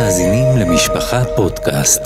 מאזינים למשפחה פודקאסט.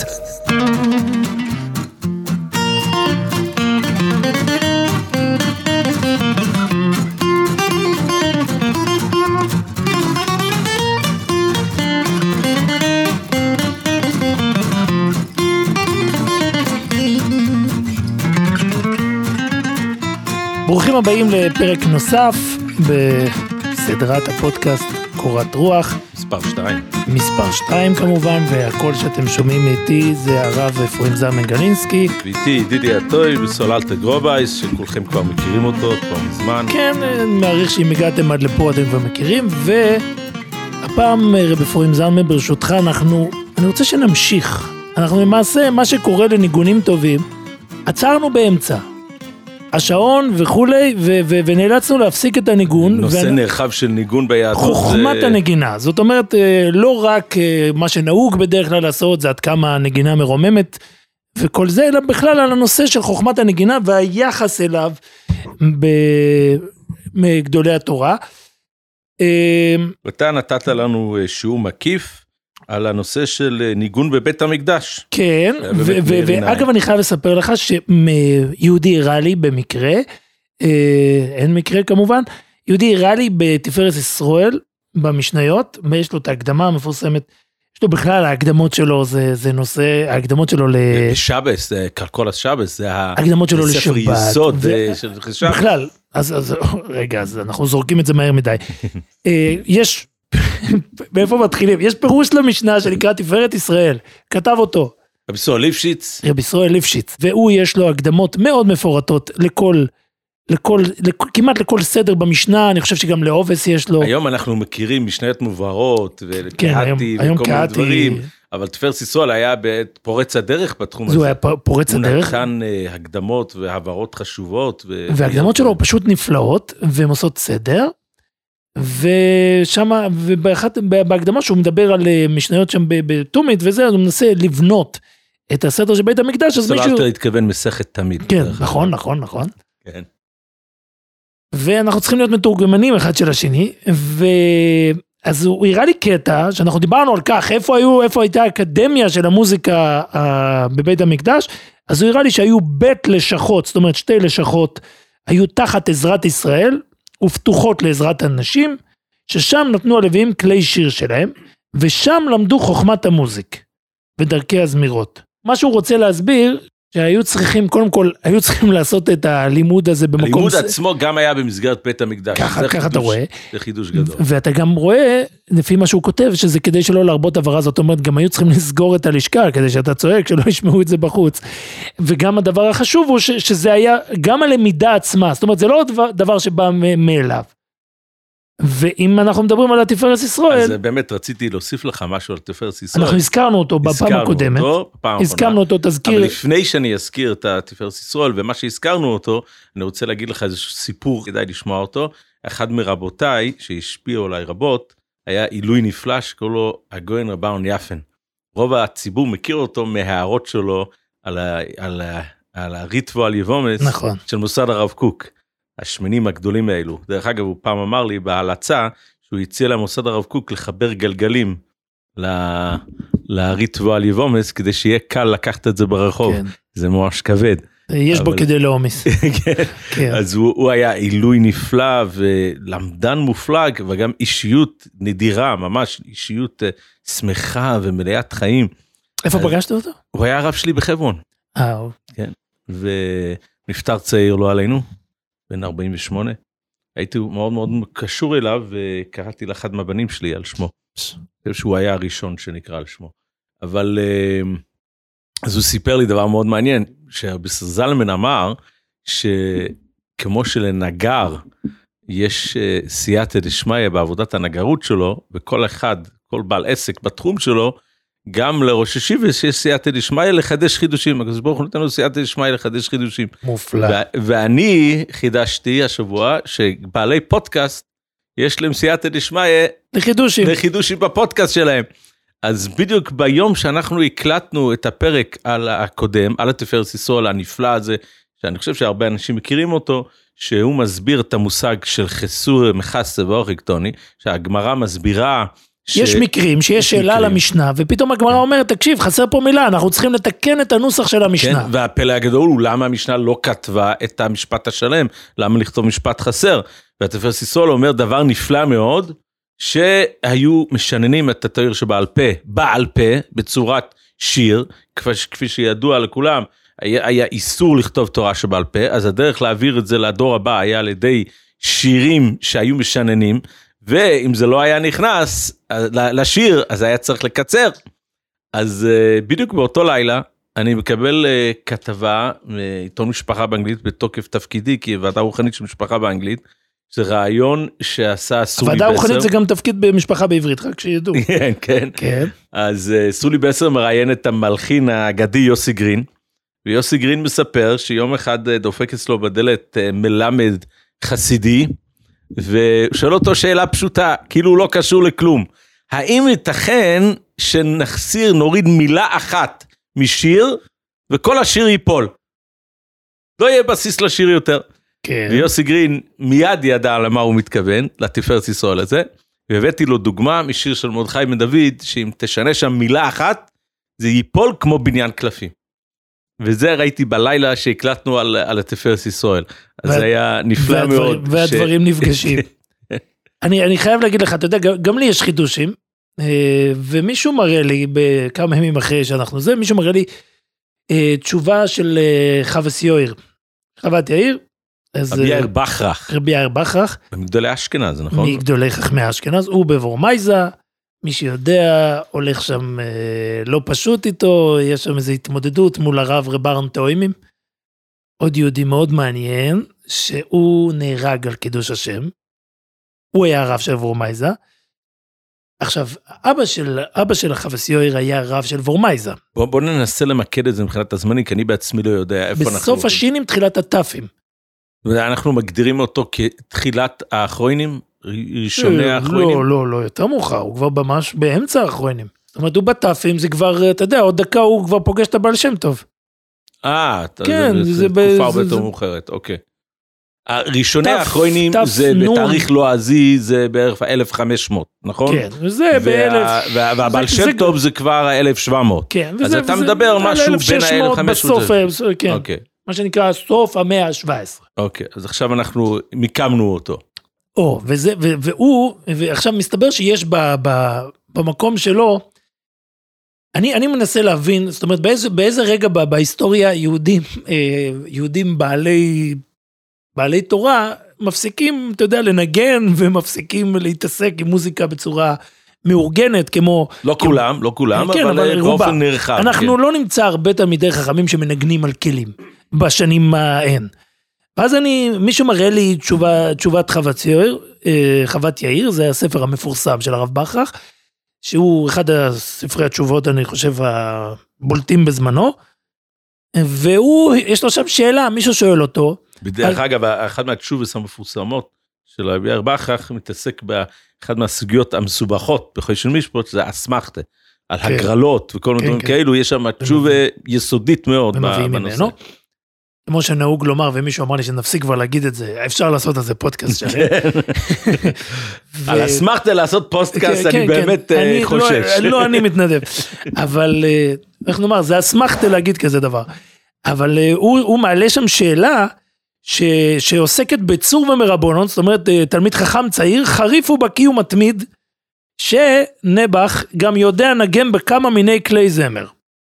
ברוכים הבאים לפרק נוסף בסדרת הפודקאסט קורת רוח. מספר 2 כמובן, והכל שאתם שומעים איתי זה הרב אפרים זלמן גלינסקי. ואיתי ידידי הטוי בסוללת גרובייס, שכולכם כבר מכירים אותו כבר מזמן. כן, אני מעריך שאם הגעתם עד לפה אתם כבר מכירים, והפעם רב אפרים זלמן ברשותך אני רוצה שנמשיך. אנחנו למעשה, מה שקורה לניגונים טובים, עצרנו באמצע. השעון וכולי, ונאלצנו להפסיק את הניגון. נושא נרחב של ניגון ביהדות. חוכמת הנגינה. זאת אומרת, לא רק מה שנהוג בדרך כלל לעשות, זה עד כמה הנגינה מרוממת, וכל זה, אלא בכלל על הנושא של חוכמת הנגינה, והיחס אליו מגדולי התורה. ואתה נתת לנו שיעור מקיף, על הנושא של ניגון בבית המקדש. כן, ואגב אני חייב לספר לך שיהודי הראה לי במקרה, אין מקרה כמובן, יהודי הראה לי בתפארת ישראל, במשניות, ויש לו את ההקדמה המפורסמת, יש לו בכלל ההקדמות שלו, זה נושא, ההקדמות שלו לשבס, כלכולת שבס, זה ההקדמות שלו ספר יסוד של שבס. בכלל, אז רגע, אז אנחנו זורקים את זה מהר מדי. יש מאיפה מתחילים? יש פירוש למשנה שנקרא תפארת ישראל, כתב אותו רבי ישראל ליפשיץ, והוא יש לו הקדמות מאוד מפורטות כמעט לכל סדר במשנה. אני חושב שגם לעובס יש לו. היום אנחנו מכירים משניות מובהרות ולקהתי וכל מיני דברים, אבל תפארת ישראל היה פורץ הדרך בתחום הזה. הוא היה פורץ הדרך. הוא נתן הקדמות והעברות חשובות. והקדמות שלו פשוט נפלאות, והן עושות סדר. ושמה, בהקדמה שהוא מדבר על משניות שם בתומית וזה, אז הוא מנסה לבנות את הסדר של בית המקדש, אז מישהו... סוללת התכוון מסכת תמיד. כן, נכון. כן. ואנחנו צריכים להיות מתורגמנים אחד של השני, אז הוא הראה לי קטע, שאנחנו דיברנו על כך, איפה הייתה האקדמיה של המוזיקה בבית המקדש, אז הוא הראה לי שהיו בית לשכות, זאת אומרת 2 לשכות, היו תחת עזרת ישראל, ופתוחות לעזרת אנשים, ששם נתנו הלוויים כלי שיר שלהם, ושם למדו חוכמת המוזיק, ודרכי הזמירות. מה שהוא רוצה להסביר, שהיו צריכים, קודם כל, היו צריכים לעשות את הלימוד הזה במקום... הלימוד עצמו גם היה במסגרת בית המקדש. ככה אתה רואה. זה חידוש גדול. ואתה גם רואה, לפי מה שהוא כותב, שזה כדי שלא להרבות עברה, זאת אומרת, גם היו צריכים לסגור את הלשכה, כדי שאתה צועק, שלא ישמעו את זה בחוץ. וגם הדבר החשוב הוא שזה היה גם הלמידה עצמה, זאת אומרת, זה לא דבר שבא מאליו. ואם אנחנו מדברים על התפארת ישראל... אז באמת רציתי להוסיף לך משהו על תפארת ישראל. אנחנו הזכרנו אותו בפעם הקודמת. הזכרנו אותו, תזכיר... אבל לפני שאני אזכיר את התפארת ישראל, ומה שהזכרנו אותו, אני רוצה להגיד לך איזשהו סיפור, כדאי לשמוע אותו. אחד מרבותיי, שהשפיעו עליי רבות, היה עילוי נפלא, שקוראים לו הגויין רב אהרון יפן. רוב הציבור מכיר אותו מההערות שלו, על הריטבו על יבומס, נכון. של מוסד הרב קוק. השמנים הגדולים האלו. דרך אגב, הוא פעם אמר לי בהלצה, שהוא הציע למוסד הרב קוק לחבר גלגלים לריטבו על יבומס, כדי שיהיה קל לקחת את זה ברחוב. כן. זה ממש כבד. יש בו כדי לעומס. כן. אז הוא היה עילוי נפלא, ולמדן מופלג, וגם אישיות נדירה, ממש אישיות שמחה ומלאת חיים. איפה פגשת אותו? הוא היה הרב שלי בחברון. כן. ונפטר צעיר לא עלינו. בן 48, הייתי מאוד מאוד קשור אליו, וקראתי לאחד מהבנים שלי על שמו, שהוא היה הראשון שנקרא על שמו, אבל אז הוא סיפר לי דבר מאוד מעניין, שרבי זלמן אמר, שכמו שלנגר, יש סייעתא דשמיא בעבודת הנגרות שלו, וכל אחד, כל בעל עסק בתחום שלו, גם לראש ישיבה יש סייעתא דשמיא לחדש חידושים, הקדוש ברוך הוא נתן לו סייעתא דשמיא לחדש חידושים. מופלא. ואני חידשתי השבוע שבעלי פודקאסט יש להם סייעתא דשמיא לחידושים בפודקאסט שלהם. אז בדיוק ביום שאנחנו הקלטנו את הפרק על הקודם, על התפארת ישראל הנפלא הזה, שאני חושב שהרבה אנשים מכירים אותו, שהוא מסביר את המושג של חסור מחסה ואורך טוני, שהגמרא מסבירה יש מקרים שיש שאלה למשנה, ופתאום הגמרא אומרת, תקשיב, חסר פה מילה, אנחנו צריכים לתקן את הנוסח של המשנה. כן, והפלא הגדול הוא למה המשנה לא כתבה את המשפט השלם, למה לכתוב משפט חסר, והתפרס ישראל אומר דבר נפלא מאוד, שהיו משננים את התאיר שבעל פה, בצורת שיר, כפי שידוע לכולם, היה איסור לכתוב תורה שבעל פה, אז הדרך להעביר את זה לדור הבא היה על ידי שירים שהיו משננים, ואם זה לא היה נכנס לשיר, אז היה צריך לקצר. אז בדיוק באותו לילה, אני מקבל כתבה מעיתון משפחה באנגלית בתוקף תפקידי, כי ועדה רוחנית של משפחה באנגלית, זה רעיון שעשה סולי בסר. ועדה רוחנית זה גם תפקיד במשפחה בעברית, רק שידעו. כן, כן. אז סולי בסר מראיין את המלחין האגדי יוסי גרין, ויוסי גרין מספר שיום אחד דופק אצלו בדלת מלמד חסידי, ושואל אותו שאלה פשוטה, כאילו הוא לא קשור לכלום. האם ייתכן נוריד מילה אחת משיר, וכל השיר ייפול? לא יהיה בסיס לשיר יותר. כן. ויוסי גרין מיד ידע למה הוא מתכוון, לתפארת ישראל הזה, והבאתי לו דוגמה משיר של מרדכי בן דוד, שאם תשנה שם מילה אחת, זה ייפול כמו בניין קלפים. וזה ראיתי בלילה שהקלטנו על התפארת ישראל. אז זה היה נפלא מאוד. והדברים נפגשים. אני חייב להגיד לך, אתה יודע, גם לי יש חידושים, ומישהו מראה לי, בכמה ימים אחרי שאנחנו זה, מישהו מראה לי תשובה של חווה יאיר. חוות יאיר. רבי יאיר בחרך. רבי יאיר בחרך. מגדולי אשכנז, נכון? מגדולי חכמי אשכנז, הוא בוורמייזה, מי שיודע, הולך שם לא פשוט איתו, יש שם איזו התמודדות מול הרב רברן תאוימים, עוד יהודי מאוד מעניין, שהוא נהרג על קידוש השם, הוא היה הרב של וורמייזה, עכשיו, אבא של החווה יאיר היה רב של וורמייזה. בוא ננסה למקד את זה מבחינת הזמנים, כי אני בעצמי לא יודע איפה אנחנו... בסוף השינים תחילת הטפים. אנחנו מגדירים אותו כתחילת האחרונים, ראשוני האחרונים? לא, יותר מאוחר, הוא כבר ממש באמצע האחרונים. זאת אומרת, הוא בטפים, זה כבר, אתה יודע, עוד דקה הוא כבר פוגש את הבעל שם טוב. כן, זה תקופה הרבה יותר מאוחרת, אוקיי. הראשוני האחרונים זה בתאריך לועזי, זה בערך 1500, נכון? כן, וזה והבעל שם טוב זה כבר 1700. כן, אז אתה מדבר משהו בין ה-1500. בסוף, כן. מה שנקרא סוף המאה ה-17. אוקיי, אז עכשיו אנחנו מיקמנו אותו. ועכשיו מסתבר שיש במקום שלו, אני מנסה להבין, זאת אומרת, באיזה רגע בהיסטוריה יהודים בעלי תורה, מפסיקים, אתה יודע, לנגן, ומפסיקים להתעסק עם מוזיקה בצורה מאורגנת, כמו... לא כולם, אבל באופן נרחב. אנחנו לא נמצא הרבה תלמידי חכמים שמנגנים על כלים, בשנים ההן. ואז מישהו מראה לי תשובת חוות יאיר, זה הספר המפורסם של הרב בחרך, שהוא אחד הספרי התשובות, אני חושב, הבולטים בזמנו, יש לו שם שאלה, מישהו שואל אותו. בדרך אגב, אחד מהתשובות המפורסמות של הרב יאיר בחרך, מתעסק באחד מהסוגיות המסובכות, בכל של משפט, זה אסמכתה, על הגרלות וכל מיני דברים כאלו, יש שם תשובה יסודית מאוד בנושא. כמו שנהוג לומר, ומישהו אמר לי שנפסיק כבר להגיד את זה, אפשר לעשות על זה פודקאסט שלם. על אסמכתה לעשות פודקאסט, אני באמת חושש. לא, אני מתנדב. אבל, איך נאמר, זה אסמכתה להגיד כזה דבר. אבל הוא מעלה שם שאלה, שעוסקת בצור ומרבונות, זאת אומרת, תלמיד חכם צעיר, חריף ובקיא ומתמיד, שנבח גם יודע נגם בכמה מיני כלי זמר.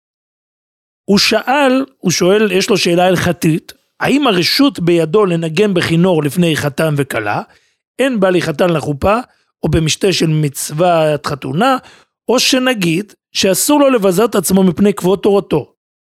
הוא שואל, יש לו שאלה הלכתית, האם הרשות בידו לנגן בכינור לפני חתן וכלה, אין בא לי חתן לחופה, או במשתה של מצוות חתונה, או שנגיד שאסור לו לבזר את עצמו מפני כבוד תורתו.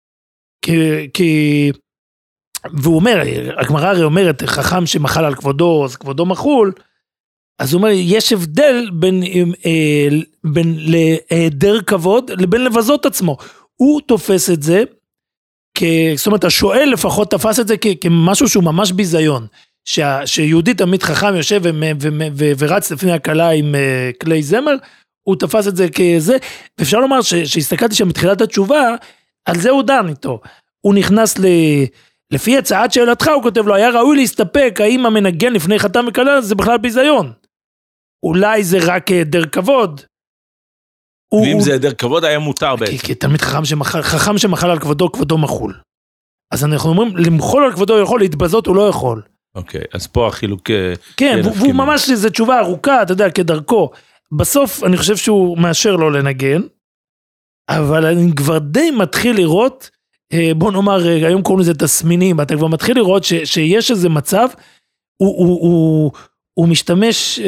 והוא אומר, הגמרא הרי אומרת, חכם שמחל על כבודו, אז כבודו מחול, אז הוא אומר, יש הבדל בין להיעדר כבוד, לבין לבזות עצמו. הוא תופס את זה, זאת אומרת, השואל לפחות תפס את זה כמשהו שהוא ממש ביזיון, שיהודי תמיד חכם יושב ורץ לפני הקלה עם כלי זמר, הוא תפס את זה כזה, ואפשר לומר שהסתכלתי שם מתחילת התשובה, על זה הוא דן איתו. הוא נכנס לפי הצעת שאלתך, הוא כותב לו, היה ראוי להסתפק, האם המנגן לפני חתם וכלה, זה בכלל ביזיון. אולי זה רק היעדר כבוד, ואם זה היעדר כבוד היה מותר בעצם. כי תלמיד חכם שמחל על כבודו, כבודו מחול. אז אנחנו אומרים, למחול על כבודו יכול, להתבזות הוא לא יכול. אוקיי, אז פה החילוק... כן, והוא ממש, זו תשובה ארוכה, אתה יודע, כדרכו. בסוף אני חושב שהוא מאשר לו לנגן, אבל אני כבר די מתחיל לראות, בוא נאמר, היום קוראים לזה תסמינים, אתה כבר מתחיל לראות שיש איזה מצב, הוא משתמש,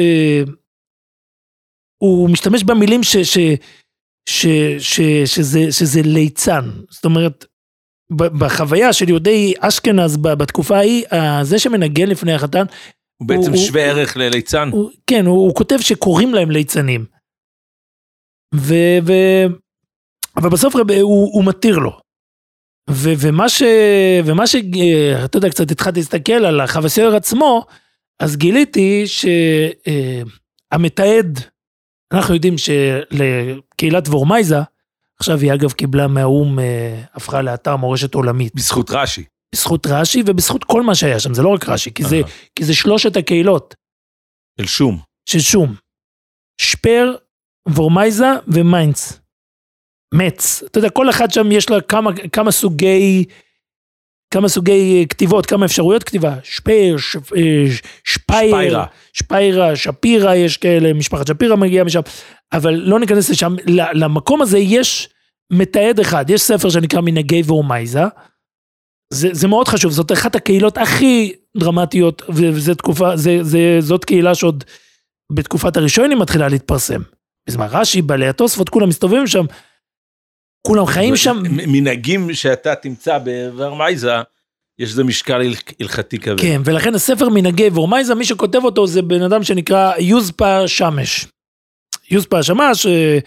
הוא משתמש במילים שזה ליצן, זאת אומרת, בחוויה של יהודי אשכנז בתקופה ההיא, זה שמנגן לפני החתן, הוא בעצם שווה ערך לליצן. כן, הוא כותב שקוראים להם ליצנים, אבל בסוף הוא מתיר לו, ומה אתה יודע, קצת התחלתי להסתכל על החווסייר עצמו, אז גיליתי שהמתעד, אנחנו יודעים שלקהילת וורמייזה, עכשיו היא אגב קיבלה מהאום, הפכה לאתר מורשת עולמית. בזכות רש"י. בזכות רש"י ובזכות כל מה שהיה שם, זה לא רק רש"י, כי זה 3 הקהילות. של שום. של שום. שפר, וורמייזה ומיינץ. מצ. אתה יודע, כל אחד שם יש לה כמה סוגי כתיבות, כמה אפשרויות כתיבה. שפר, שפיירה, שפירה, יש כאלה, משפחת שפירה מגיעה משם, אבל לא ניכנס לשם, למקום הזה יש מתעד אחד, יש ספר שנקרא מנהגי וורמייזה, זה מאוד חשוב, זאת אחת הקהילות הכי דרמטיות, וזאת קהילה שעוד בתקופת הראשונים מתחילה להתפרסם. בזמן רש"י, בעלי התוספות, כולם מסתובבים שם, כולם חיים שם. מנהגים שאתה תמצא בוורמייזה, יש זה משקל הלכתי כזה. כן, ולכן הספר מנהגי וורמייזה, מי שכותב אותו זה בן אדם שנקרא יוזפה שמש. יוזפה שמש,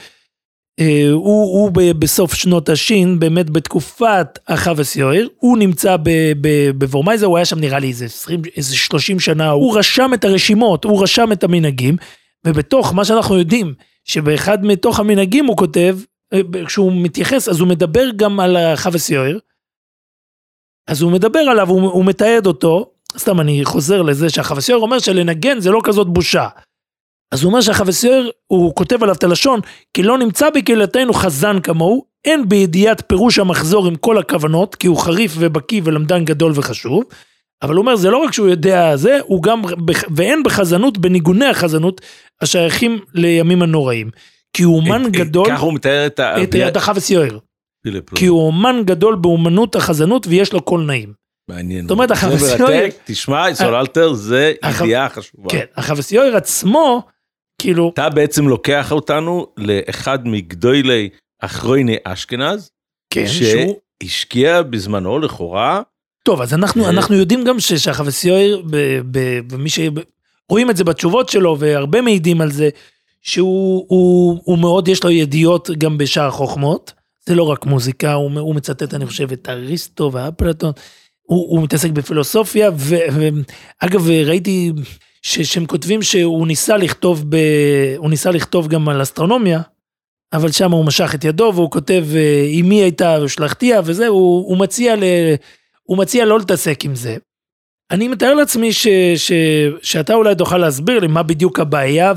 הוא בסוף שנות השין, באמת בתקופת החווסייר, הוא נמצא בוורמייזה, הוא היה שם נראה לי איזה 30 שנה, הוא רשם את הרשימות, הוא רשם את המנהגים, ובתוך מה שאנחנו יודעים, שבאחד מתוך המנהגים הוא כותב, כשהוא מתייחס, אז הוא מדבר גם על החווסייר, אז הוא מדבר עליו, הוא מתעד אותו, סתם אני חוזר לזה שהחווסייר אומר שלנגן זה לא כזאת בושה, אז הוא אומר שהחווסייר, הוא כותב עליו את הלשון, כי לא נמצא בקהילתנו חזן כמוהו, אין בידיעת פירוש המחזור עם כל הכוונות, כי הוא חריף ובקי ולמדן גדול וחשוב, אבל הוא אומר, זה לא רק שהוא יודע זה, הוא גם, ואין בחזנות, בניגוני החזנות, השייכים לימים הנוראים, כי הוא אומן גדול, כך הוא מתאר את החווסייר, כי הוא אומן גדול באומנות החזנות, ויש לו קול נעים. מעניין. זאת אומרת, החווסייר, תשמע, סוללתר זה ידיעה חשובה. כן, החווסייר עצמו, כאילו... אתה בעצם לוקח אותנו לאחד מגדולי אחרוני אשכנז, כן, שהשקיע בזמנו לכאורה. טוב, אז אנחנו יודעים גם שהחווסייר, ומי שרואים את זה בתשובות שלו, והרבה מעידים על זה, שהוא מאוד, יש לו ידיעות גם בשאר החוכמות, זה לא רק מוזיקה, הוא מצטט, אני חושב, את אריסטו ואפלטון, הוא מתעסק בפילוסופיה, ואגב, ראיתי שהם כותבים שהוא ניסה לכתוב גם על אסטרונומיה, אבל שם הוא משך את ידו, והוא כותב, עם מי הייתה שלחתיה, וזה, הוא מציע לא להתעסק עם זה. אני מתאר לעצמי שאתה אולי תוכל להסביר לי מה בדיוק הבעיה,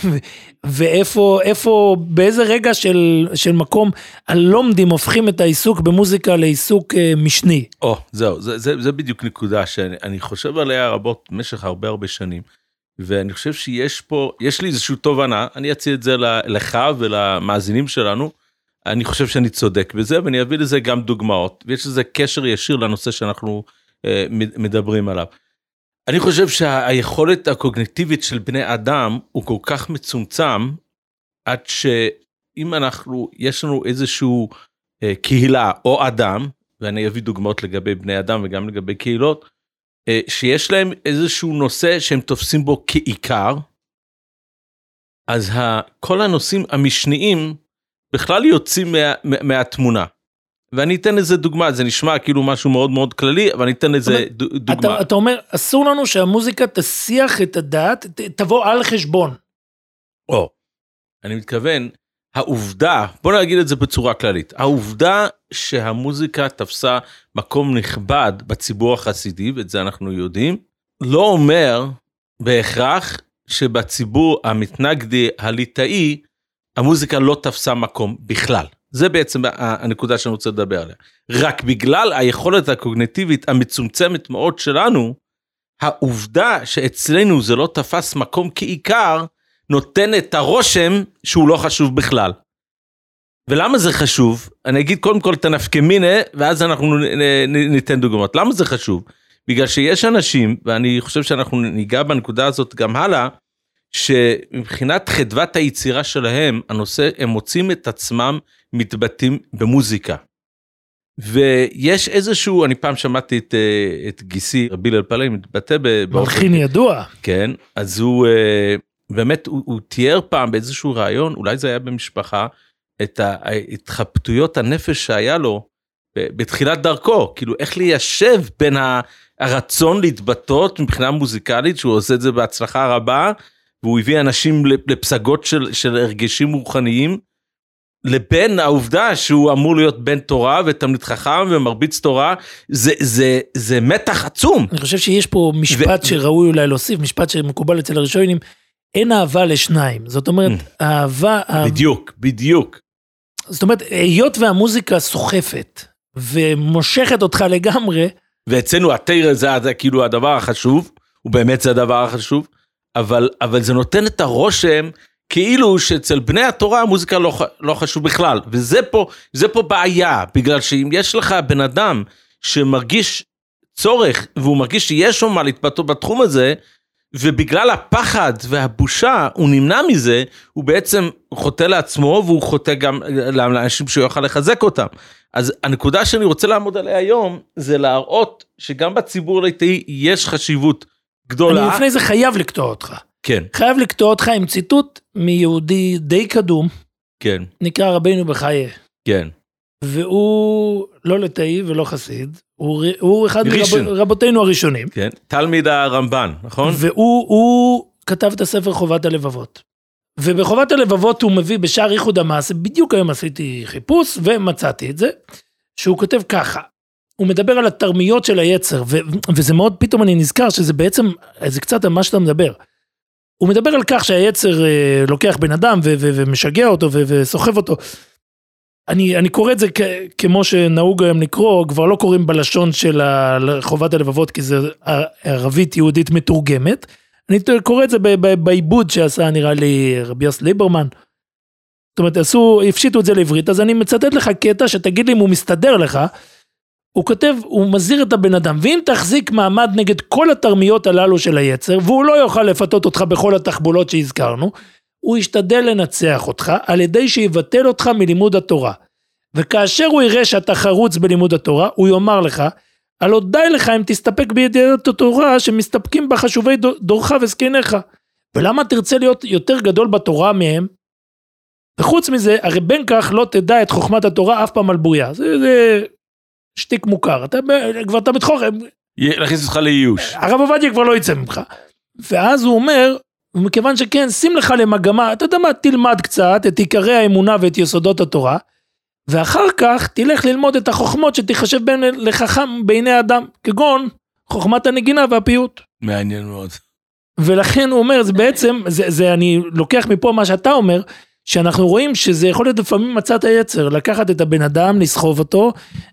ואיפה, באיזה רגע של מקום, הלומדים הופכים את העיסוק במוזיקה לעיסוק משני. זהו, זה בדיוק נקודה שאני חושב עליה רבות במשך הרבה שנים, ואני חושב שיש פה, יש לי איזושהי תובנה, אני אציע את זה לך ולמאזינים שלנו, אני חושב שאני צודק בזה, ואני אביא לזה גם דוגמאות, ויש לזה קשר ישיר לנושא שאנחנו מדברים עליו. אני חושב שהיכולת הקוגניטיבית של בני אדם הוא כל כך מצומצם, עד שאם יש לנו איזשהו קהילה או אדם, ואני אביא דוגמאות לגבי בני אדם וגם לגבי קהילות, שיש להם איזשהו נושא שהם תופסים בו כעיקר, אז כל הנושאים המשניים בכלל יוצאים מהתמונה. ואני אתן לזה דוגמה, זה נשמע כאילו משהו מאוד מאוד כללי, אבל אני אתן לזה דוגמה. אתה אומר, אסור לנו שהמוזיקה תסיח את הדעת, תבוא על חשבון. אני מתכוון, העובדה, בוא נגיד את זה בצורה כללית, העובדה שהמוזיקה תפסה מקום נכבד בציבור החסידי, ואת זה אנחנו יודעים, לא אומר בהכרח שבציבור המתנגדי הליטאי, המוזיקה לא תפסה מקום בכלל. זה בעצם הנקודה שאני רוצה לדבר עליה. רק בגלל היכולת הקוגניטיבית המצומצמת מאוד שלנו, העובדה שאצלנו זה לא תפס מקום כעיקר, נותן את הרושם שהוא לא חשוב בכלל. ולמה זה חשוב? אני אגיד קודם כל את הנפקמינה, ואז אנחנו ניתן דוגמאות. למה זה חשוב? בגלל שיש אנשים, ואני חושב שאנחנו ניגע בנקודה הזאת גם הלאה, שמבחינת חדוות היצירה שלהם, הנושא, הם מוצאים את עצמם מתבטאים במוזיקה. ויש איזשהו, אני פעם שמעתי את גיסי, רבי אלפלאי, מתבטא מלחין ידוע. כן, אז הוא, באמת, הוא תיאר פעם באיזשהו רעיון, אולי זה היה במשפחה, את ההתחבטויות הנפש שהיה לו, בתחילת דרכו, כאילו איך ליישב בין הרצון להתבטאות מבחינה מוזיקלית, שהוא עושה את זה בהצלחה רבה, והוא הביא אנשים לפסגות של הרגשים רוחניים, לבין העובדה שהוא אמור להיות בן תורה ותלמיד חכם ומרביץ תורה, זה מתח עצום. אני חושב שיש פה משפט שראוי אולי להוסיף, משפט שמקובל אצל הראשונים, אין אהבה לשניים. זאת אומרת, אהבה... בדיוק. זאת אומרת, היות והמוזיקה סוחפת, ומושכת אותך לגמרי... ואצלנו התיר זה כאילו הדבר החשוב, ובאמת זה הדבר החשוב, אבל זה נותן את הרושם, כאילו שאצל בני התורה המוזיקה לא חשוב בכלל, וזה פה בעיה, בגלל שאם יש לך בן אדם שמרגיש צורך, והוא מרגיש שיש לו מה להתבטא בתחום הזה, ובגלל הפחד והבושה הוא נמנע מזה, הוא בעצם חוטא לעצמו, והוא חוטא גם לאנשים שהוא יוכל לחזק אותם. אז הנקודה שאני רוצה לעמוד עליה היום, זה להראות שגם בציבור הליטאי יש חשיבות גדולה. אני לפני זה חייב לקטוע אותך. כן. חייב לקטוע אותך עם ציטוט מיהודי די קדום. כן. נקרא רבינו בחיי. כן. והוא לא ליטאי ולא חסיד. הוא אחד מרבותינו הראשונים. כן. תלמיד הרמב"ן, נכון? והוא כתב את הספר חובת הלבבות. ובחובת הלבבות הוא מביא בשער ייחוד המעשה, בדיוק היום עשיתי חיפוש ומצאתי את זה, שהוא כותב ככה. הוא מדבר על התרמיות של היצר, וזה מאוד, פתאום אני נזכר שזה בעצם, זה קצת על מה שאתה מדבר. הוא מדבר על כך שהיצר לוקח בן אדם ומשגע אותו וסוחב אותו. אני קורא את זה כמו שנהוג היום לקרוא, כבר לא קוראים בלשון של חובת הלבבות, כי זה ערבית יהודית מתורגמת. אני קורא את זה בעיבוד שעשה נראה לי רבי יוסי ליברמן. זאת אומרת, הפשיטו את זה לעברית, אז אני מצטט לך קטע שתגיד לי אם הוא מסתדר לך. הוא כותב, הוא מזהיר את הבן אדם, ואם תחזיק מעמד נגד כל התרמיות הללו של היצר, והוא לא יוכל לפתות אותך בכל התחבולות שהזכרנו, הוא ישתדל לנצח אותך, על ידי שיבטל אותך מלימוד התורה. וכאשר הוא יראה שאתה חרוץ בלימוד התורה, הוא יאמר לך, הלא די לך אם תסתפק בידיעת התורה, שמסתפקים בחשובי דורך וזקניך. ולמה תרצה להיות יותר גדול בתורה מהם? וחוץ מזה, הרי בין כך לא תדע את חוכמת התורה אף פעם על בויה. זה שתיק מוכר, אתה מתחוך... להכניס אותך לאיוש. הרב עובדיה כבר לא יצא ממך. ואז הוא אומר, ומכיוון שכן, שים לך למגמה, אתה יודע מה, תלמד קצת את עיקרי האמונה ואת יסודות התורה, ואחר כך תלך ללמוד את החוכמות שתחשב לחכם בעיני האדם, כגון חוכמת הנגינה והפיוט. מעניין מאוד. ולכן הוא אומר, זה בעצם, אני לוקח מפה מה שאתה אומר, שאנחנו רואים שזה יכול להיות לפעמים מצאת היצר, לקחת את הבן אדם, לסחוב אותו,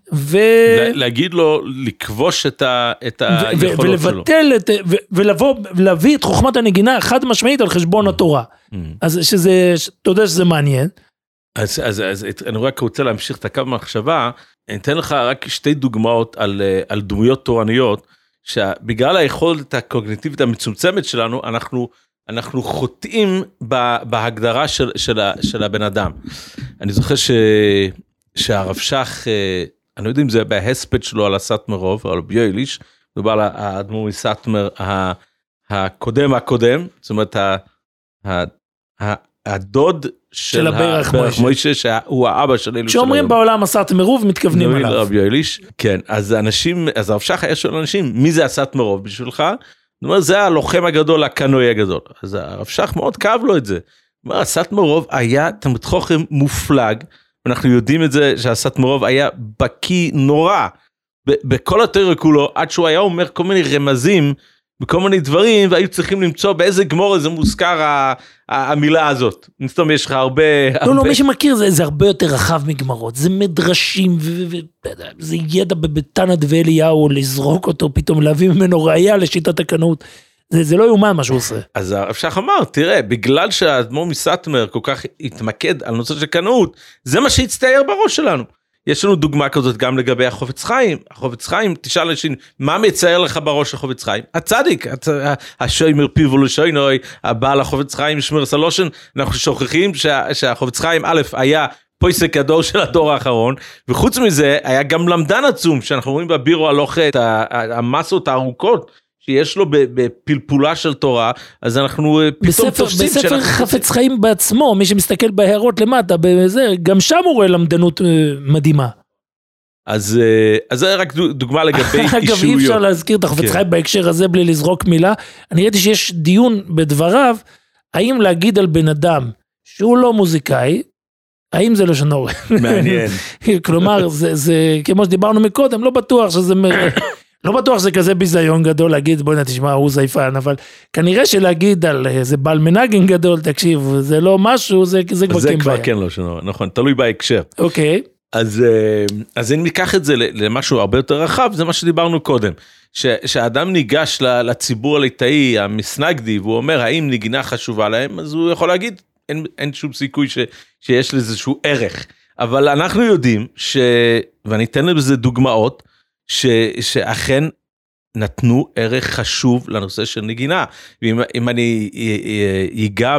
להגיד לו, לכבוש את היכולות שלו. ולבטל, ולהביא את חוכמת הנגינה חד משמעית על חשבון התורה. אז שזה, אתה יודע שזה מעניין. אז אני רק רוצה להמשיך את הקו מחשבה, אני אתן לך רק שתי דוגמאות על דמויות תורניות, שבגלל היכולת הקוגניטיבית המצומצמת שלנו, אנחנו חוטאים בהגדרה של הבן אדם. אני זוכר שהרב שך, אני לא יודע אם זה בהספד שלו על הסאטמרוב, או על ביוליש, מדובר על האדמו"ר מסאטמר הקודם, זאת אומרת, הדוד של הברך מוישה, שהוא האבא של אלו של היום. כשאומרים בעולם הסאטמרוב, מתכוונים עליו. רב יוליש, כן, אז הרב שך היה שואל אנשים, מי זה הסאטמרוב בשבילך? זאת אומרת, זה הלוחם הגדול, הקנוי הגדול. אז הרב שך מאוד כאב לו את זה. הסאטמרוב היה תלמיד חכם מופלג, ואנחנו יודעים את זה שהסאטמרוב היה בקי נורא, בכל התורה כולו, עד שהוא היה אומר כל מיני רמזים, בכל מיני דברים, והיו צריכים למצוא באיזה גמור זה מוזכר המילה הזאת. מסתום יש לך הרבה... לא, מי שמכיר זה הרבה יותר רחב מגמרות, זה מדרשים, זה ידע בתנא דאליהו, לזרוק אותו פתאום, להביא ממנו ראייה לשיטת הקנאות, זה לא יאומן מה שהוא עושה. אז אפשר אמר, תראה, בגלל שהאדמו"ר מסאטמר כל כך התמקד על נושא של קנאות, זה מה שהצטייר בראש שלנו. יש לנו דוגמה כזאת גם לגבי החופץ חיים. החופץ חיים, תשאל אנשים, מה מצייר לך בראש החופץ חיים? הצדיק, השוימר פיו ולשוינוי, הבעל החופץ חיים, שמר סלושן, אנחנו שוכחים שהחופץ חיים, א', היה פויסק הדור של הדור האחרון, וחוץ מזה, היה גם למדן עצום, שאנחנו רואים בבירו הלוכה, את המסות הארוכות, שיש לו בפלפולה של תורה, אז אנחנו פתאום תופסים... בספר חפץ חיים בעצמו, מי שמסתכל בהערות למטה, גם שם הוא רואה למדנות מדהימה. אז זה רק דוגמה לגבי אישויות. אגב, אי אפשר להזכיר את החפץ חיים בהקשר הזה בלי לזרוק מילה. אני ראיתי שיש דיון בדבריו, האם להגיד על בן אדם שהוא לא מוזיקאי, האם זה לשון הרע? מעניין. כלומר, זה כמו שדיברנו מקודם, לא בטוח שזה... לא בטוח שזה כזה ביזיון גדול להגיד, בואי נתשמע, הוא זייפן, אבל כנראה שלהגיד על איזה בעל מנגן גדול, תקשיב, זה לא משהו, זה כבר כן בעיה. זה כבר כן לא שונה, נכון, תלוי בהקשר. אוקיי. אז אם ניקח את זה למשהו הרבה יותר רחב, זה מה שדיברנו קודם, שהאדם ניגש לציבור הליטאי, המסנגדי, והוא אומר, האם נגינה חשובה להם, אז הוא יכול להגיד, אין שום סיכוי שיש לזה איזשהו ערך, אבל אנחנו יודעים, ואני אתן לזה דוגמאות, שאכן נתנו ערך חשוב לנושא של נגינה, ואם אני ייגע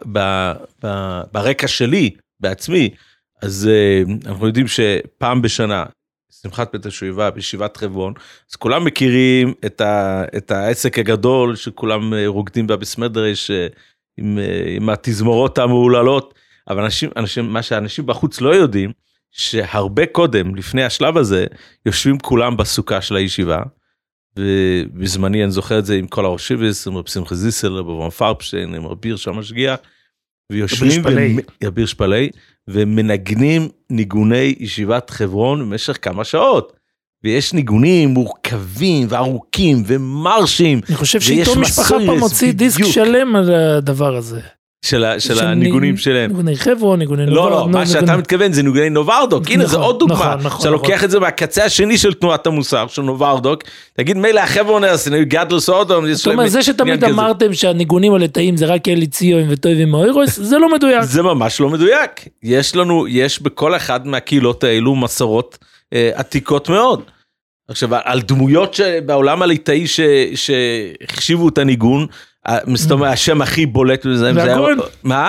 ברקע שלי, בעצמי, אז אנחנו יודעים שפעם בשנה, שמחת בית השואבה בישיבת חברון, אז כולם מכירים את העסק הגדול, שכולם רוקדים בבסמדרש, עם התזמורות המעוללות, אבל מה שאנשים בחוץ לא יודעים, שהרבה קודם, לפני השלב הזה, יושבים כולם בסוכה של הישיבה, ובזמני אני זוכר את זה עם כל הראשיבס, עם רב שמחה זיסל, רב אברהם פרבשטיין, עם רב הירש המשגיח, ויושבים יביר שפלי, ומנגנים ניגוני ישיבת חברון במשך כמה שעות. ויש ניגונים מורכבים וארוכים ומרשים. אני חושב שאיתו משפחה פעם הוציא דיסק שלם על הדבר הזה. של הניגונים שלהם. ניגוני חברון, ניגוני נוברדוק. לא, מה שאתה מתכוון זה ניגוני נוברדוק. הנה, זה עוד דוגמה. אתה לוקח את זה מהקצה השני של תנועת המוסר, של נוברדוק. תגיד, מילא החברונרס, גדל סודום. זאת אומרת, זה שתמיד אמרתם שהניגונים הליטאים זה רק אלי ציון וטויבים מאוירוס, זה לא מדויק. זה ממש לא מדויק. יש בכל אחד מהקהילות האלו מסורות עתיקות מאוד. עכשיו, על דמויות בעולם הליטאי שהחשיבו את הניגון, מסתובב, השם הכי בולט בזה, והגאון,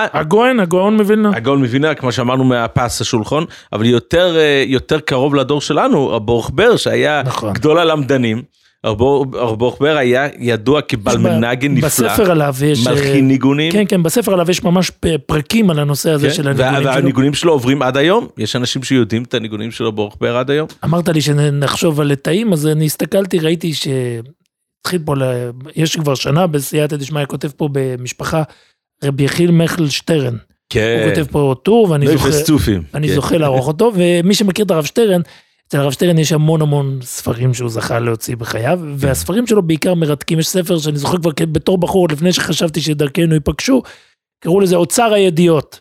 הגאון מווילנה. הגאון מווילנה, כמו שאמרנו מהפס השולחון, אבל יותר קרוב לדור שלנו, רב ברוך בר, שהיה גדול הלמדנים, רב ברוך בר היה ידוע כבעל מנגן נפלא, בספר עליו יש, מלחין ניגונים. כן, כן, בספר עליו יש ממש פרקים על הנושא הזה של הניגונים שלו. והניגונים שלו עוברים עד היום, יש אנשים שיודעים את הניגונים שלו ברוך בר עד היום. אמרת לי שנחשוב על ליטאים, אז אני הסתכלתי, ראיתי התחיל פה, יש כבר שנה בסייעתא דשמיא, כותב פה במשפחה רבי יחיאל מיכל שטרן. כן. הוא כותב פה טור, ואני זוכה לערוך אותו, ומי שמכיר את הרב שטרן, אצל הרב שטרן יש המון ספרים שהוא זכה להוציא בחייו, והספרים שלו בעיקר מרתקים, יש ספר שאני זוכר כבר בתור בחור, לפני שחשבתי שדרכנו ייפגשו, קראו לזה אוצר הידיעות,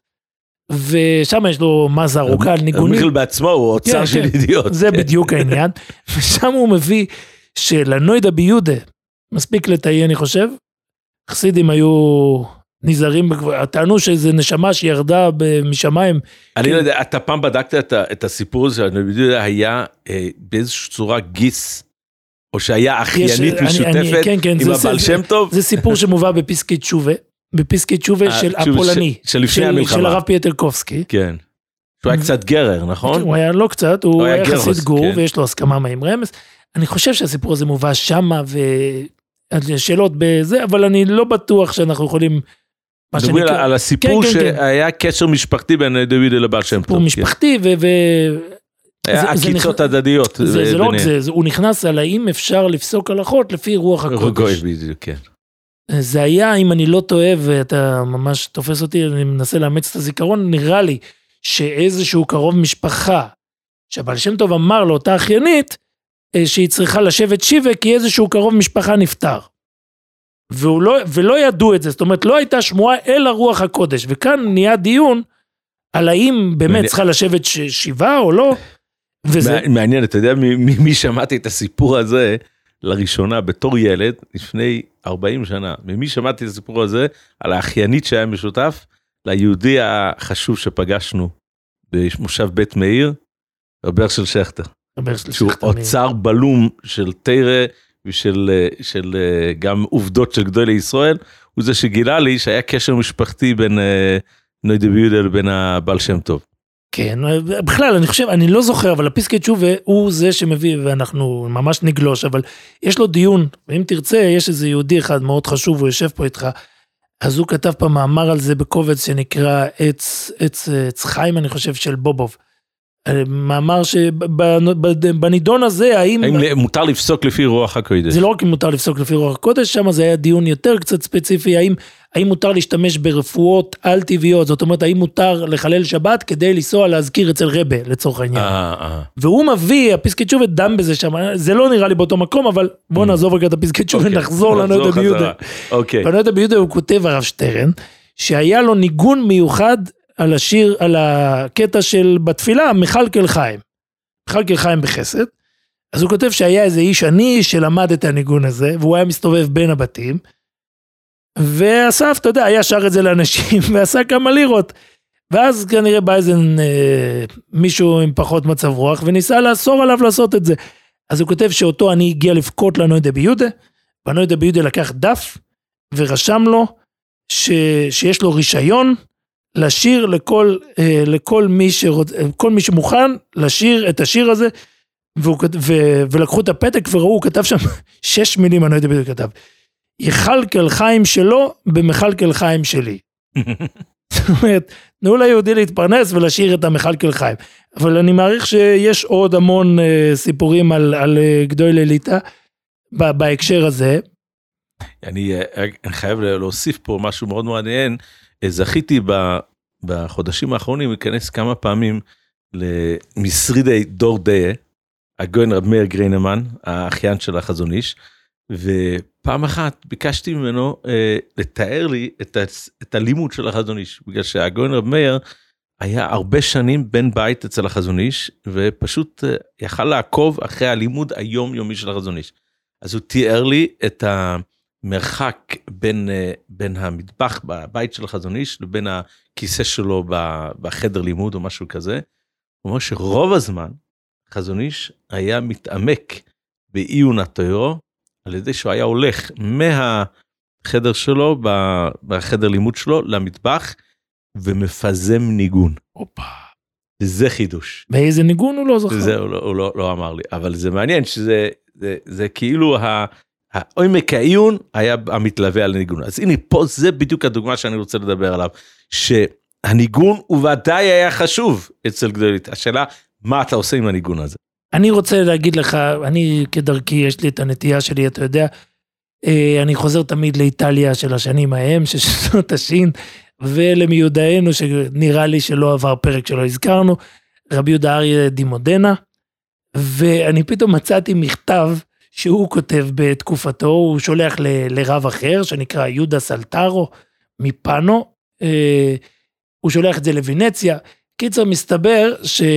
ושם יש לו מזה ארוכה על ניגונים. מיכל בעצמו הוא אוצר של ידיעות. זה בדיוק העניין, ושם הוא מביא שלנוידא ביודה, מספיק לתאי אני חושב, חסידים היו נזהרים, טענו שזה נשמה שירדה משמיים. אני לא יודע, אתה פעם בדקת את הסיפור הזה, הנוידא ביודה היה באיזושהי צורה גיס, או שהיה אחיינית משותפת עם הבעל שם טוב? זה סיפור שמובא בפסקי תשובה, בפסקי תשובה של הפולני, של לפני המלחמה. של הרב פיוטרקובסקי. כן. הוא היה קצת גרר, נכון? הוא היה לא קצת, הוא היה חסיד גור, ויש לו הסכמה עם רמז. אני חושב שהסיפור הזה מובא שמה, ושאלות בזה, אבל אני לא בטוח שאנחנו יכולים... מדברים על הסיפור שהיה קשר משפחתי בין דוד לבעל שם טוב. סיפור משפחתי, היה עקיצות הדדיות. זה לא רק זה, הוא נכנס על האם אפשר לפסוק הלכות לפי רוח הקודש. זה היה, אם אני לא טועה, ואתה ממש תופס אותי, אני מנסה לאמץ את הזיכרון, נראה לי שאיזשהו קרוב משפחה, שהבעל שם טוב אמר לאותה אחיינית, שהיא צריכה לשבת שיבה, כי איזשהו קרוב משפחה נפטר. ולא ידעו את זה, זאת אומרת, לא הייתה שמועה אלא רוח הקודש, וכאן נהיה דיון, על האם באמת צריכה לשבת שבעה או לא, מעניין, אתה יודע מי שמעתי את הסיפור הזה, לראשונה בתור ילד, לפני 40 שנה, ממי שמעתי את הסיפור הזה, על האחיינית שהיה משותף, ליהודי החשוב שפגשנו, במושב בית מאיר, רבי הרשל שכטר. שהוא אוצר בלום של תירה, ושל גם עובדות של גדולי ישראל, הוא זה שגילה לי שהיה קשר משפחתי בין נוידה ביהודה לבין הבעל שם טוב. כן, בכלל אני חושב, אני לא זוכר, אבל הפסקי תשובה הוא זה שמביא, ואנחנו ממש נגלוש, אבל יש לו דיון, ואם תרצה, יש איזה יהודי אחד מאוד חשוב, הוא יושב פה איתך, אז הוא כתב פעם מאמר על זה בקובץ שנקרא עץ חיים, אני חושב, של בובוב. מאמר שבנידון הזה, האם מותר לפסוק לפי רוח הקודש? זה לא רק אם מותר לפסוק לפי רוח הקודש, שם זה היה דיון יותר קצת ספציפי, האם מותר להשתמש ברפואות על טבעיות, זאת אומרת, האם מותר לחלל שבת כדי לנסוע להזכיר אצל רבה, לצורך העניין. והוא מביא, הפסקי תשובה דם בזה שם, זה לא נראה לי באותו מקום, אבל בוא נעזוב רגע את הפסקי תשובה ונחזור לנוידה ביהודה. בנוידה ביהודה הוא כותב הרב שטרן, שהיה לו ניגון מיוחד על השיר, על הקטע של בתפילה, מחלקל חיים. מחלקל חיים בחסד. אז הוא כותב שהיה איזה איש עני שלמד את הניגון הזה, והוא היה מסתובב בין הבתים, ואסף, אתה יודע, היה שר את זה לאנשים, ועשה כמה לירות. ואז כנראה בא איזה מישהו עם פחות מצב רוח, וניסה לאסור עליו לעשות את זה. אז הוא כותב שאותו אני הגיע לפקות לנוידה ביהודה, והנוידה ביהודה לקח דף, ורשם לו שיש לו רישיון, לשיר לכל מי שמוכן לשיר את השיר הזה, ולקחו את הפתק וראו, הוא כתב שם 6 מילים, אני לא יודע בדיוק כתב, יחלקל חיים שלו במחלקל חיים שלי. זאת אומרת, תנו ליהודי להתפרנס ולשיר את המחלקל חיים. אבל אני מעריך שיש עוד המון סיפורים על גדולי ליטא בהקשר הזה. אני חייב להוסיף פה משהו מאוד מעניין, זכיתי בחודשים האחרונים להיכנס כמה פעמים למסרידי דור דיה, הגויין רב מאיר גריינמן, האחיין של החזון איש, ופעם אחת ביקשתי ממנו לתאר לי את הלימוד של החזון איש, בגלל שהגויין רב מאיר היה הרבה שנים בן בית אצל החזון איש, ופשוט יכל לעקוב אחרי הלימוד היומיומי של החזון איש. אז הוא תיאר לי את המרחק בין המטבח בבית של החזון איש, לבין הכיסא שלו בחדר לימוד או משהו כזה. הוא אומר שרוב הזמן, החזון איש היה מתעמק בעיון התורה, על ידי שהוא היה הולך מהחדר שלו, בחדר לימוד שלו, למטבח, ומפזם ניגון. אופה. זה חידוש. באיזה ניגון הוא לא זוכר? זה הוא לא אמר לי, אבל זה מעניין שזה כאילו העומק העיון היה המתלווה על הניגון. אז הנה פה זה בדיוק הדוגמה שאני רוצה לדבר עליו, שהניגון הוא ודאי היה חשוב אצל גדולית. השאלה, מה אתה עושה עם הניגון הזה? אני רוצה להגיד לך, אני כדרכי, יש לי את הנטייה שלי, אתה יודע, אני חוזר תמיד לאיטליה של השנים ההם, ששנות השין, ולמיודענו שנראה לי שלא עבר פרק שלא הזכרנו, רבי יהודה אריה דימודנה, ואני פתאום מצאתי מכתב שהוא כותב בתקופתו, הוא שולח לרב אחר, שנקרא יהודה סלטרו, מפאנו, הוא שולח את זה לוונציה, קיצר מסתבר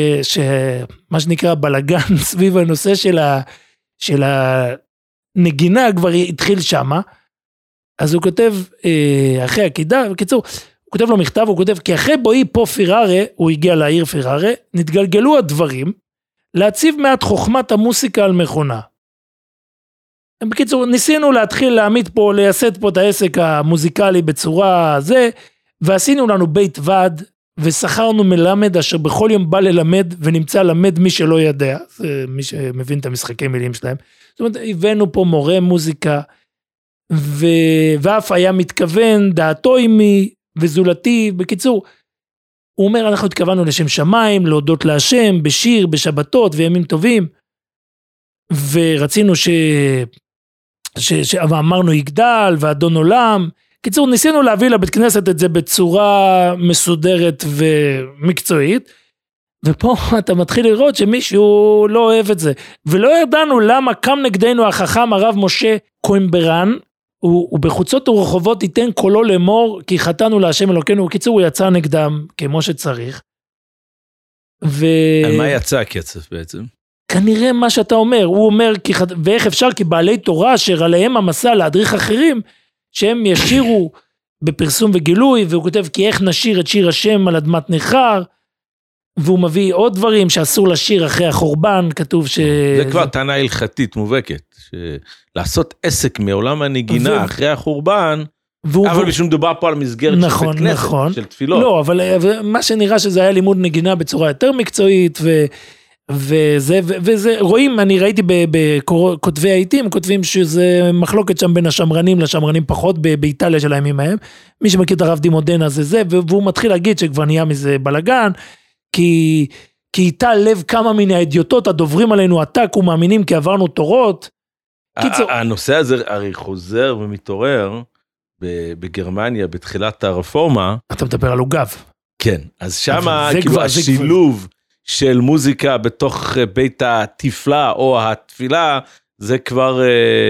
שמה שנקרא בלגן סביב הנושא של הנגינה כבר התחיל שמה, אז הוא כותב אחרי הקידה, בקיצור, הוא כותב לו מכתב, הוא כותב, כי אחרי בואי פה פיררה, הוא הגיע לעיר פיררה, נתגלגלו הדברים, להציב מעט חוכמת המוסיקה על מכונה. בקיצור, ניסינו להתחיל להעמיד פה, לייסד פה את העסק המוזיקלי בצורה זה, ועשינו לנו בית ועד, ושכרנו מלמד אשר בכל יום בא ללמד, ונמצא למד מי שלא ידע, זה מי שמבין את המשחקי מילים שלהם. זאת אומרת, הבאנו פה מורה מוזיקה, ואף היה מתכוון, דעתו עמי, וזולתי, בקיצור, הוא אומר, אנחנו התכוונו לשם שמיים, להודות להשם, בשיר, בשבתות, וימים טובים, ורצינו אמרנו יגדל, ואדון עולם, קיצור, ניסינו להביא לבית כנסת את זה בצורה מסודרת ומקצועית, ופה אתה מתחיל לראות שמישהו לא אוהב את זה, ולא ידענו למה קם נגדנו החכם הרב משה קוימברן, הוא בחוצות ורחובות ייתן קולו לאמור, כי חטאנו להשם אלוקינו. בקיצור, הוא יצא נגדם כמו שצריך. על מה יצא הקצף בעצם? כנראה מה שאתה אומר, הוא אומר, ואיך אפשר כי בעלי תורה אשר עליהם המסע להדריך אחרים, שהם ישירו בפרסום וגילוי, והוא כותב כי איך נשיר את שיר השם על אדמת ניכר, והוא מביא עוד דברים שאסור לשיר אחרי החורבן, כתוב ש... זה כבר טענה הלכתית מובהקת, לעשות עסק מעולם הנגינה אחרי החורבן, אבל בשביל מדובר פה על מסגרת של בית כנסת, של תפילות. לא, אבל מה שנראה שזה היה לימוד נגינה בצורה יותר מקצועית, וזה, רואים, אני ראיתי בכותבי העיתים, כותבים שזה מחלוקת שם בין השמרנים לשמרנים פחות באיטליה של הימים ההם, מי שמכיר את הרב דימודנה זה, והוא מתחיל להגיד שכבר נהיה מזה בלגן, כי איתה לב כמה מן האדיוטות הדוברים עלינו עתק ומאמינים כי עברנו תורות. הנושא הזה הרי חוזר ומתעורר בגרמניה בתחילת הרפורמה. אתה מדבר על עוגב. כן, אז שמה כאילו השילוב של מוזיקה בתוך בית התפלה או התפילה, זה כבר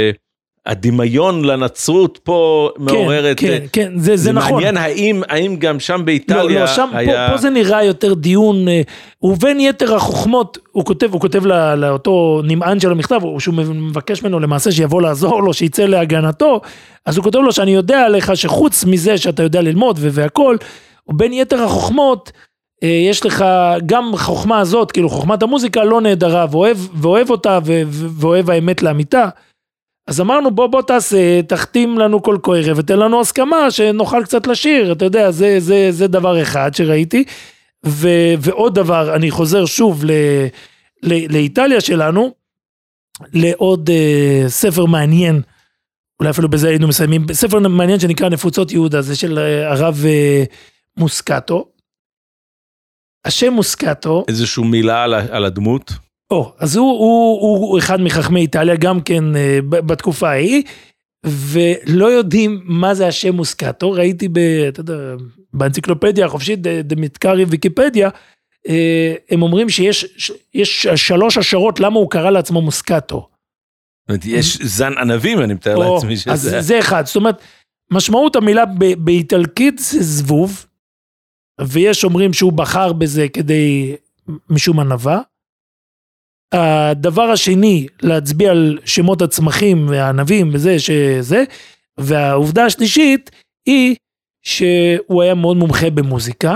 הדמיון לנצרות פה מעוררת. כן, זה נכון. זה מעניין האם גם שם באיטליה היה... פה זה נראה יותר דיון, ובין יתר החוכמות, הוא כותב לאותו נמען של המכתב, שהוא מבקש ממנו למעשה שיבוא לעזור לו, שיצא להגנתו, אז הוא כותב לו שאני יודע עליך שחוץ מזה שאתה יודע ללמוד והכל, ובין יתר החוכמות, יש לך גם חוכמה הזאת, כאילו חוכמת המוזיקה לא נהדרה, ואוהב אותה, ואוהב האמת לאמיתה, אז אמרנו בוא תעשה, תחתים לנו כל ערב, ותן לנו הסכמה שנוכל קצת לשיר, אתה יודע, זה דבר אחד שראיתי, ועוד דבר, אני חוזר שוב לאיטליה שלנו, לעוד ספר מעניין, אולי אפילו בזה היינו מסיימים, ספר מעניין שנקרא נפוצות יהודה, זה של הרב מוסקטו, השם מוסקטו. איזשהו מילה על הדמות? אז הוא אחד מחכמי איטליה, גם כן בתקופה ההיא, ולא יודעים מה זה השם מוסקטו, ראיתי באנציקלופדיה החופשית, דמטקרי ויקיפדיה, הם אומרים שיש 3 השערות למה הוא קרא לעצמו מוסקטו. יש זן ענבים, אני מתאר לעצמי שזה. אז זה אחד, זאת אומרת, משמעות המילה באיטלקית זה זבוב, ויש אומרים שהוא בחר בזה כדי משום ענבה, הדבר השני, להצביע על שמות הצמחים והענבים וזה שזה, והעובדה השלישית היא שהוא היה מאוד מומחה במוזיקה,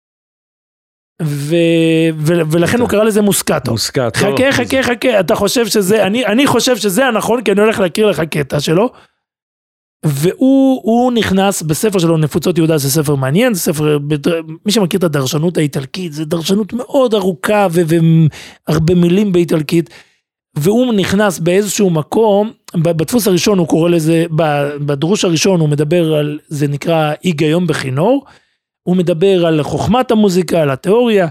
ולכן הוא קרא לזה מוסקטו. חכה, אתה חושב שזה, אני חושב שזה הנכון, כי אני הולך להכיר לך קטע שלו, והוא נכנס בספר שלו, נפוצות יהודה, זה ספר מעניין, זה ספר, מי שמכיר את הדרשנות האיטלקית, זה דרשנות מאוד ארוכה, והרבה מילים באיטלקית, והוא נכנס באיזשהו מקום, בדפוס הראשון הוא קורא לזה, בדרוש הראשון הוא מדבר על, זה נקרא היגיון בכינור, הוא מדבר על חוכמת המוזיקה, על התיאוריה,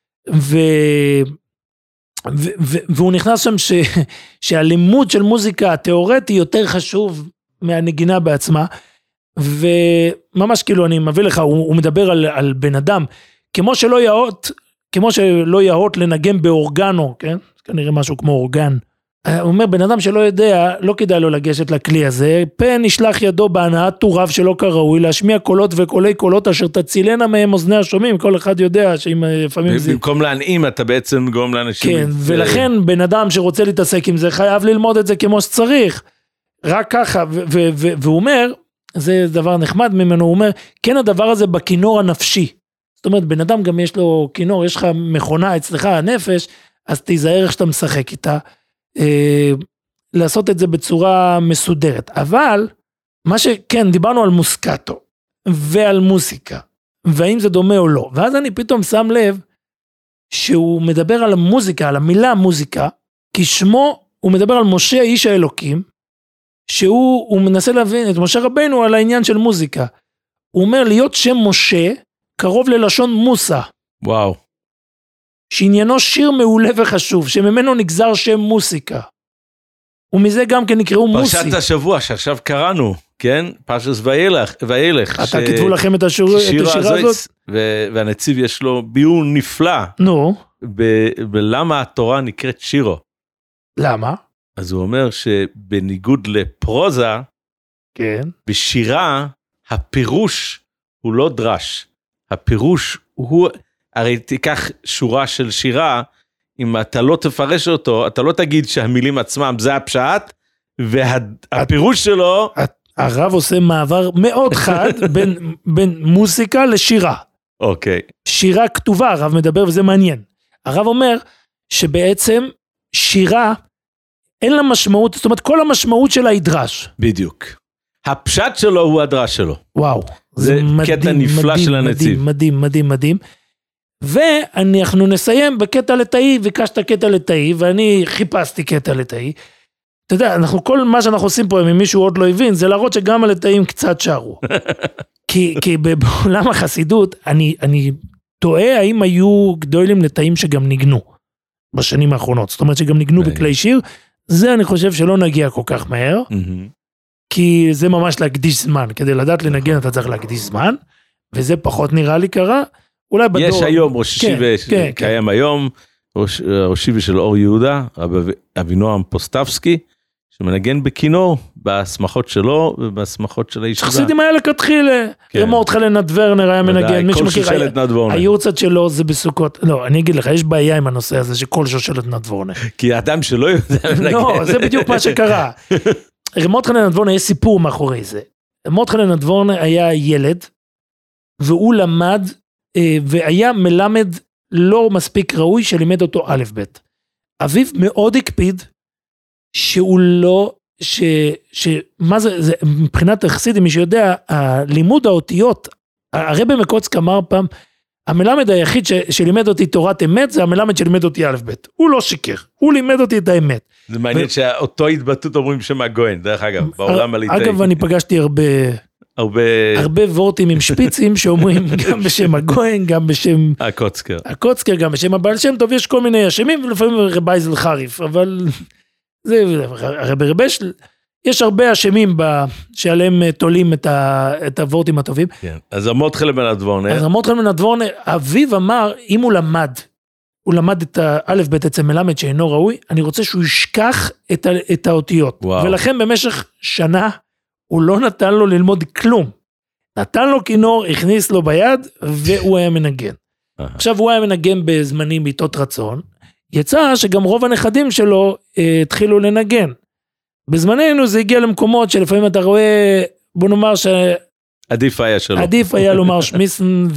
והוא נכנס שם שהלימוד של מוזיקה התיאורטי יותר חשוב מהנגינה בעצמה, וממש כאילו אני מביא לך, הוא מדבר על בן אדם, כמו שלא יאות לנגן באורגנו, כן? כנראה משהו כמו אורגן, הוא אומר בן אדם שלא יודע, לא כדאי לו לגשת לכלי הזה, פן נשלח ידו בהנעת טוריו שלא כראוי, להשמיע קולות וקולי קולות אשר תצילנה מהם אוזני השומעים, כל אחד יודע שאם לפעמים זה... במקום להנעים אתה בעצם גורם לאנשים... כן, ולכן בן אדם שרוצה להתעסק עם זה, חייב ללמוד את זה כמו שצריך, רק ככה, והוא אומר, זה דבר נחמד ממנו, הוא אומר, כן הדבר הזה בכינור הנפשי, זאת אומרת, בן אדם גם יש לו כינור, יש לך מכונה אצלך הנפש, אז תיזהר איך שאתה משחק איתה, לעשות את זה בצורה מסודרת, אבל, מה שכן, דיברנו על מוסקטו, ועל מוסיקה, והאם זה דומה או לא, ואז אני פתאום שם לב, שהוא מדבר על המוזיקה, על המילה מוזיקה, כי שמו, הוא מדבר על משה איש האלוקים, שהוא מנסה להבין את משה רבנו על העניין של מוזיקה. הוא אומר להיות שם משה קרוב ללשון מוסה. וואו. שעניינו שיר מעולה וחשוב, שממנו נגזר שם מוסיקה. ומזה גם כן נקראו מוסי. פרשת השבוע שעכשיו קראנו, כן? פרשת וילך. אתה כתבו לכם את השירה הזאת? והנציב יש לו ביור נפלא. נו. בלמה התורה נקראת שירו. למה? אז הוא אומר שבניגוד לפרוזה, כן. בשירה, הפירוש הוא לא דרש. הפירוש הוא, הרי תיקח שורה של שירה, אם אתה לא תפרש אותו, אתה לא תגיד שהמילים עצמם זה הפשט, והפירוש שלו... הרב עושה מעבר מאוד חד בין מוסיקה לשירה. אוקיי. שירה כתובה, הרב מדבר וזה מעניין. הרב אומר שבעצם שירה אין לה משמעות, זאת אומרת כל המשמעות שלה היא דרש. בדיוק. הפשט שלו הוא הדרש שלו. וואו. זה קטע נפלא של הנציב. מדהים, מדהים, מדהים. ואנחנו נסיים בקטע לתאי, ביקשת קטע לתאי, ואני חיפשתי קטע לתאי. אתה יודע, כל מה שאנחנו עושים פה, אם מישהו עוד לא הבין, זה להראות שגם הלתאים קצת שרו. כי בעולם החסידות, אני טועה האם היו גדולים לתאים שגם ניגנו בשנים האחרונות. זאת אומרת שגם ניגנו בכלי שיר, זה אני חושב שלא נגיע כל כך מהר, כי זה ממש להקדיש זמן. כדי לדעת לנגן אתה צריך להקדיש זמן, וזה פחות נראה לי קרה. אולי בדור... יש היום ראש ישיבה, קיים היום, ראש ישיבה של אור יהודה, אבינועם פוסטבסקי, שמנגן בכינור, בהסמכות שלו ובהסמכות של הישיבה. חסידים היה לכתחילה, רמורדך לנד ורנר היה מנגן, כל שושלת נד וורנר. היורצת שלו זה בסוכות, לא, אני אגיד לך, יש בעיה עם הנושא הזה, שכל שושלת נד וורנר. כי אדם שלא יודע לנגן. לא, זה בדיוק מה שקרה. רמורדך לנד וורנר, יש סיפור מאחורי זה. רמורדך לנד וורנר היה ילד, והוא למד, והיה מלמד לא מספיק ראוי, שלימד אותו א' ב'. אביו מאוד הקפיד, שהוא לא, מה זה, מבחינת החסידים, מי שיודע, הלימוד האותיות, הרבי מקוצק אמר פעם, המלמד היחיד שלימד אותי תורת אמת, זה המלמד שלימד אותי א' ב'. הוא לא שיקר, הוא לימד אותי את האמת. זה מעניין שאותו התבטאות אומרים שם הגויין, דרך אגב, בעולם הליטאי. אגב, אני פגשתי הרבה וורטים עם שפיצים, שאומרים גם בשם הגויין, גם בשם... הקוצקר, גם בשם הבעל שם טוב, יש כל מיני השמים, ולפעמים רבייזל חריף, אבל... זה, ברבש, יש הרבה אשמים שעליהם תולים את הוורטים הטובים. כן, אז רמורדך לנד וורנר, אביו אמר, אם הוא למד את האלף בית אצל מלמד שאינו ראוי, אני רוצה שהוא ישכח את האותיות. וואו. ולכן במשך שנה, הוא לא נתן לו ללמוד כלום. נתן לו כינור, הכניס לו ביד, והוא היה מנגן. עכשיו הוא היה מנגן בזמנים בעיתות רצון, יצא שגם רוב הנכדים שלו התחילו לנגן. בזמננו זה הגיע למקומות שלפעמים אתה רואה, בוא נאמר עדיף היה שלו. עדיף היה לומר שמיסן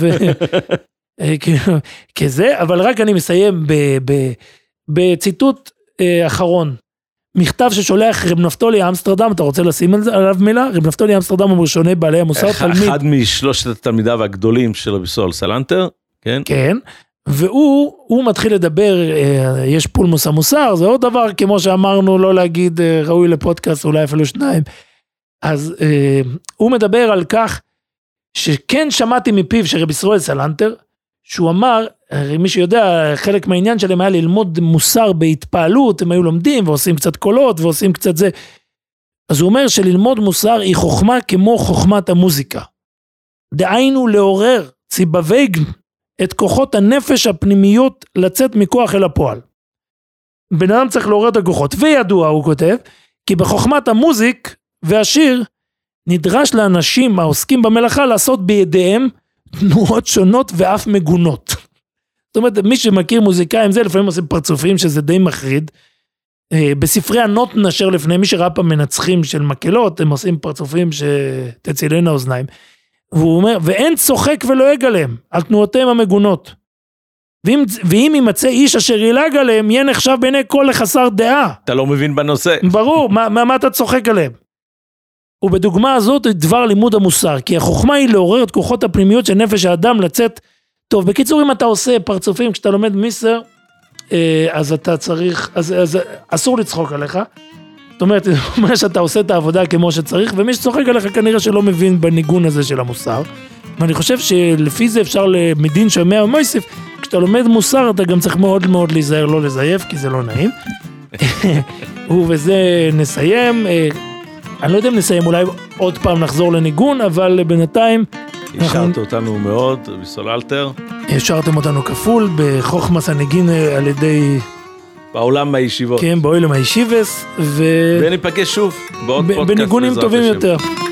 כזה, אבל רק אני מסיים בציטוט אחרון. מכתב ששולח רב נפתולי אמסטרדם, אתה רוצה לשים עליו מילה? רב נפתולי אמסטרדם הוא ראשוני בעלי המוסר, אחד משלושת התלמידיו הגדולים של רבי סול סלנטר, כן? כן. והוא מתחיל לדבר, יש פולמוס המוסר, זה עוד דבר, כמו שאמרנו, לא להגיד ראוי לפודקאסט, אולי אפילו שניים. אז הוא מדבר על כך, שכן שמעתי מפיו של רבי ישראל סלנטר, שהוא אמר, מי שיודע, חלק מהעניין שלהם היה ללמוד מוסר בהתפעלות, הם היו לומדים ועושים קצת קולות ועושים קצת זה. אז הוא אומר שללמוד מוסר היא חוכמה כמו חוכמת המוזיקה. דהיינו לעורר ציבוויגן, את כוחות הנפש הפנימיות לצאת מכוח אל הפועל. בן אדם צריך לעורר את הכוחות, וידוע הוא כותב, כי בחוכמת המוזיק והשיר, נדרש לאנשים העוסקים במלאכה לעשות בידיהם תנועות שונות ואף מגונות. זאת אומרת, מי שמכיר מוזיקאים זה, לפעמים עושים פרצופים שזה די מחריד, בספרי הנוט נשר לפני, מי שראה פעם מנצחים של מקלות, הם עושים פרצופים שתצילנה האוזניים, והוא אומר, ואין צוחק ולועג עליהם, על תנועותיהם המגונות. ואם יימצא איש אשר ילעג עליהם, יהיה נחשב בעיני כל לחסר דעה. אתה לא מבין בנושא. ברור, מה אתה צוחק עליהם? ובדוגמה הזאת, דבר לימוד המוסר, כי החוכמה היא לעורר את כוחות הפנימיות של נפש האדם לצאת. טוב, בקיצור, אם אתה עושה פרצופים, כשאתה לומד מיסר, אז אתה צריך, אז אסור לצחוק עליך. זאת אומרת, מה שאתה עושה את העבודה כמו שצריך, ומי שצוחק עליך כנראה שלא מבין בניגון הזה של המוסר. ואני חושב שלפי זה אפשר למדין שומע ומויסף, כשאתה לומד מוסר, אתה גם צריך מאוד מאוד להיזהר, לא לזייף, כי זה לא נעים. ובזה נסיים. אני לא יודע אם נסיים, אולי עוד פעם נחזור לניגון, אבל בינתיים... השארת אותנו מאוד, בסוללטר. השארתם אותנו כפול, בחוכמס הנגין על ידי... בעולם הישיבות. כן, בעולם הישיבס, וניפגש שוב בעוד פודקאסט. בניגונים טובים יותר.